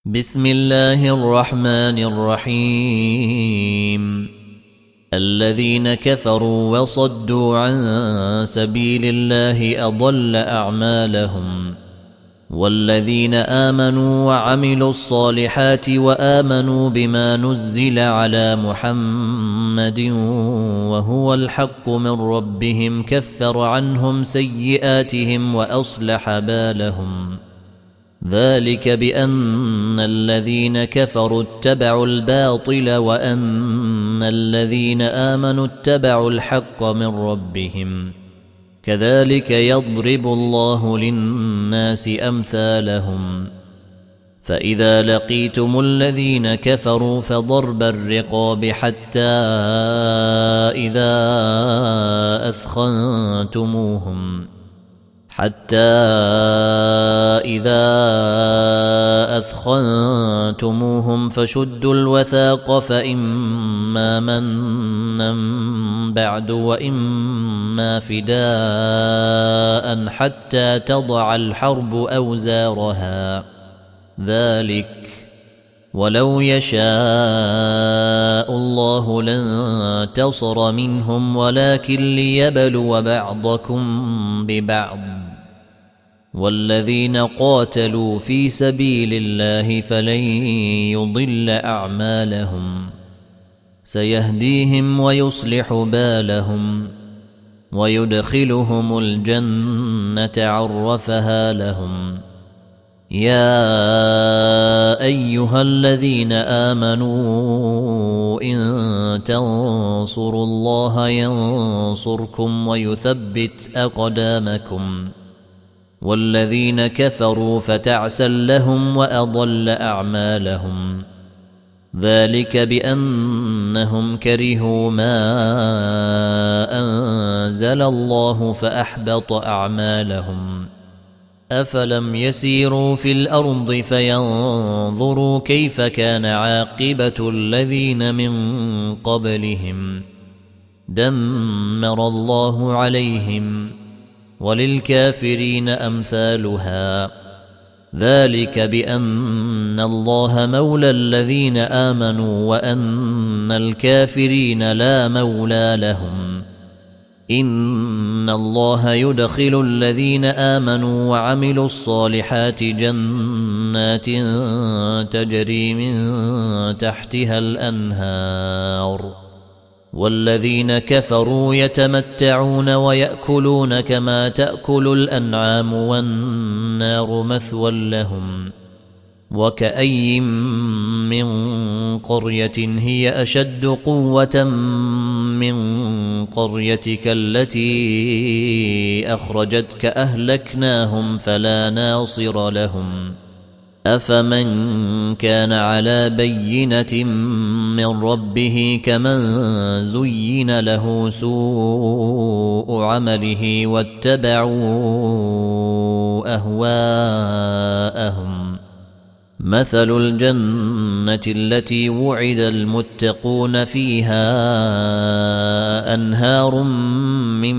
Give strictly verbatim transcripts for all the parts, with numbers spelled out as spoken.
بسم الله الرحمن الرحيم. الذين كفروا وصدوا عن سبيل الله أضل أعمالهم، والذين آمنوا وعملوا الصالحات وآمنوا بما نزل على محمد وهو الحق من ربهم كفر عنهم سيئاتهم وأصلح بالهم. ذلك بأن الذين كفروا اتبعوا الباطل وأن الذين آمنوا اتبعوا الحق من ربهم، كذلك يضرب الله للناس أمثالهم. فإذا لقيتم الذين كفروا فضرب الرقاب حتى إذا أثخنتموهم حتى إذا أثخنتموهم فشدوا الوثاق، فإما منا بعد وإما فداء حتى تضع الحرب أوزارها. ذلك ولو يشاء الله لانتصر منهم ولكن ليبلو بعضكم ببعض، والذين قاتلوا في سبيل الله فلن يضل أعمالهم، سيهديهم ويصلح بالهم ويدخلهم الجنة عرفها لهم. يا أيها الذين آمنوا إن تنصروا الله ينصركم ويثبت أقدامكم، والذين كفروا فتعسا لهم وأضل أعمالهم. ذلك بأنهم كرهوا ما أنزل الله فأحبط أعمالهم. أفلم يسيروا في الأرض فينظروا كيف كان عاقبة الذين من قبلهم، دمر الله عليهم وللكافرين أمثالها. ذلك بأن الله مولى الذين آمنوا وأن الكافرين لا مولى لهم. إن الله يدخل الذين آمنوا وعملوا الصالحات جنات تجري من تحتها الأنهار، والذين كفروا يتمتعون ويأكلون كما تأكل الأنعام والنار مثوى لهم. وكأي من قرية هي أشد قوة من قريتك التي أخرجتك أهلكناهم فلا ناصر لهم. أفمن كان على بينة من ربه كمن زين له سوء عمله واتبعوا أهواءهم. مثل الجنة التي وعد المتقون فيها أنهار من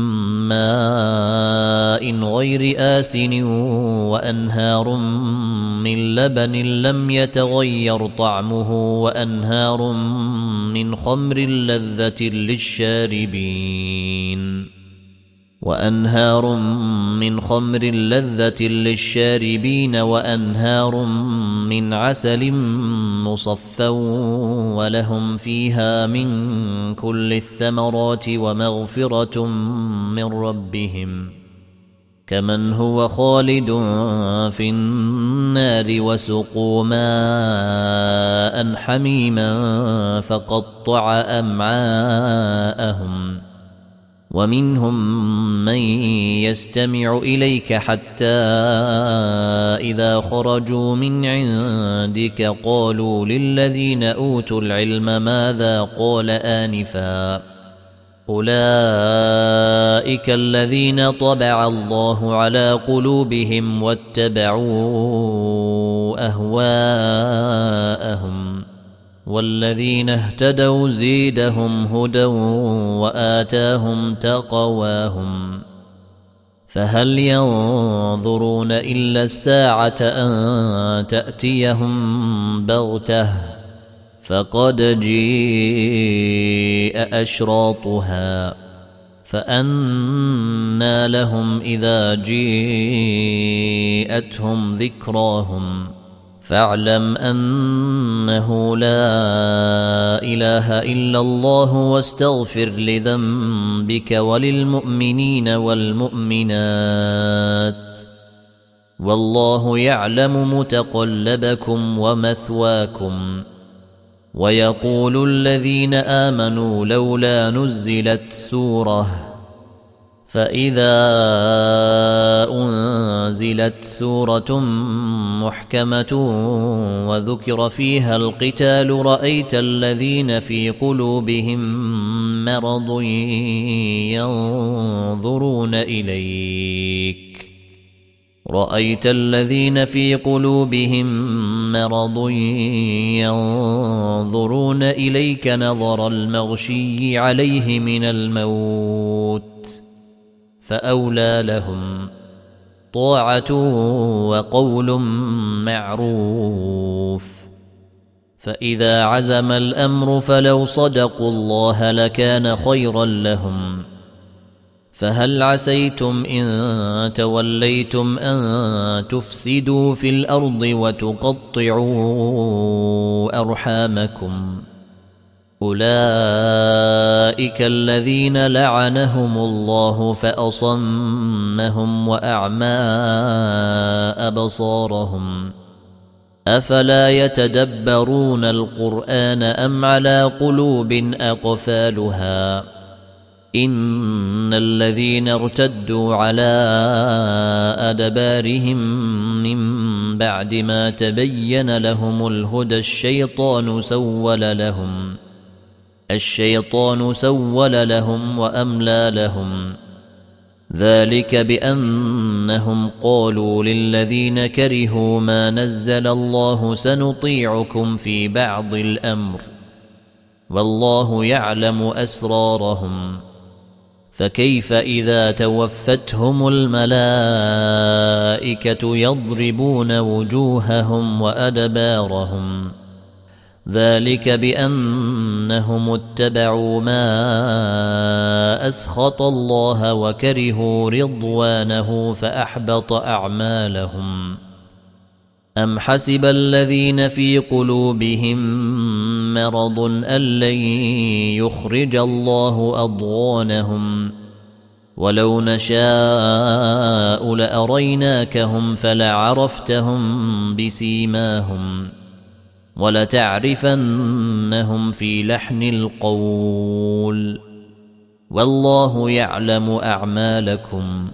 ماء غير آسن وأنهار من لبن لم يتغير طعمه وأنهار من خمر لذة للشاربين وأنهار من خمر لذة للشاربين وأنهار من عسل مصفى ولهم فيها من كل الثمرات ومغفرة من ربهم، كمن هو خالد في النار وسقوا ماء حميما فقطع أمعاءهم. ومنهم من يستمع إليك حتى إذا خرجوا من عندك قالوا للذين أوتوا العلم ماذا قال آنفا، أولئك الذين طبع الله على قلوبهم واتبعوا أهواءهم، والذين اهتدوا زيدهم هدى وآتاهم تقواهم. فهل ينظرون إلا الساعة أن تأتيهم بغتة فقد جيء أشراطها فأنى لهم إذا جيءتهم ذكراهم فاعلم أنه لا إله إلا الله واستغفر لذنبك وللمؤمنين والمؤمنات والله يعلم متقلبكم ومثواكم. ويقول الذين آمنوا لولا نزلت سورة فإذا أنزلت سورة محكمة وذكر فيها القتال رأيت الذين في قلوبهم مرض ينظرون إليك رأيت الذين في قلوبهم مرض ينظرون إليك نظر المغشي عليه من الموت فأولى لهم طاعة وقول معروف. فإذا عزم الأمر فلو صدقوا الله لكان خيرا لهم. فهل عسيتم إن توليتم أن تفسدوا في الأرض وتقطعوا أرحامكم أولئك الذين لعنهم الله فأصمهم وأعمى أبصارهم أفلا يتدبرون القرآن أم على قلوب أقفالها إن الذين ارتدوا على أدبارهم من بعد ما تبين لهم الهدى الشيطان سول لهم الشيطان سول لهم وأملى لهم ذلك بأنهم قالوا للذين كرهوا ما نزل الله سنطيعكم في بعض الأمر والله يعلم أسرارهم فكيف إذا توفتهم الملائكة يضربون وجوههم وأدبارهم ذلك بأنهم اتبعوا ما أسخط الله وكرهوا رضوانه فأحبط أعمالهم. أم حسب الذين في قلوبهم مرض أن لن يخرج الله أضغانهم ولو نشاء لأريناكهم فلعرفتهم بسيماهم ولتعرفنهم في لحن القول والله يعلم أعمالكم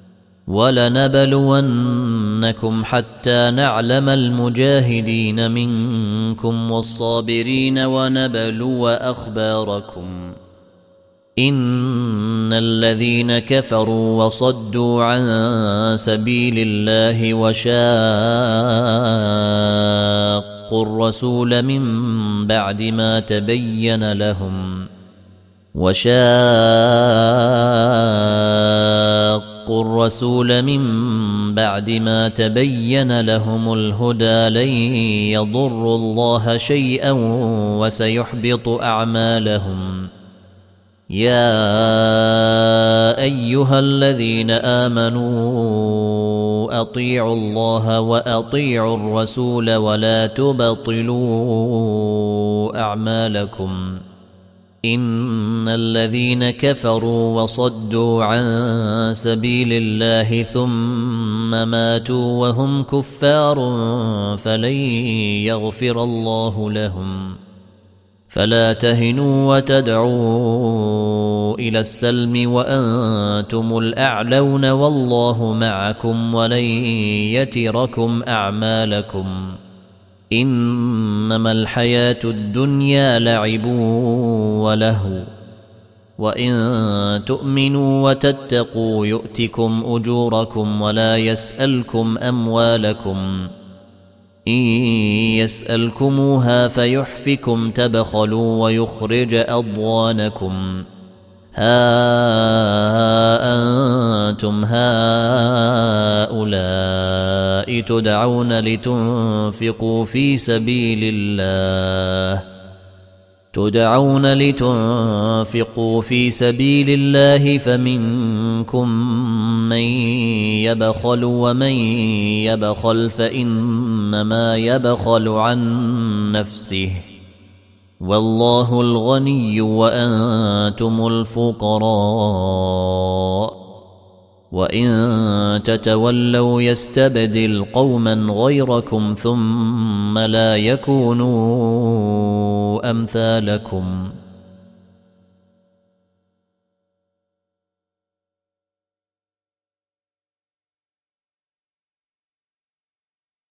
ولنبلونكم حتى نعلم المجاهدين منكم والصابرين ونبلو أخباركم إن الذين كفروا وصدوا عن سبيل الله وشاقوا الرسول من بعد ما تبين لهم وشاقوا الرسول من بعد ما تبين لهم الهدى لن يضروا الله شيئا وسيحبط أعمالهم. يا أيها الذين آمنوا أطيعوا الله وأطيعوا الرسول ولا تبطلوا أعمالكم إن الذين كفروا وصدوا عن سبيل الله ثم ماتوا وهم كفار فلن يغفر الله لهم. فلا تهنوا وتدعوا إلى السلم وأنتم الأعلون والله معكم ولن يتركم أعمالكم. إنما الحياة الدنيا لعب ولهو وإن تؤمنوا وتتقوا يؤتكم أجوركم ولا يسألكم أموالكم إن يسألكموها فيحفكم تبخلوا ويخرج أضغانكم. ها أنتم هؤلاء تدعون لتنفقوا في سبيل الله تدعون لتنفقوا في سبيل الله فمنكم من يبخل ومن يبخل فإنما يبخل عن نفسه والله الغني وأنتم الفقراء وإن تتولوا يستبدل قوما غيركم ثم لا يكونوا أمثالكم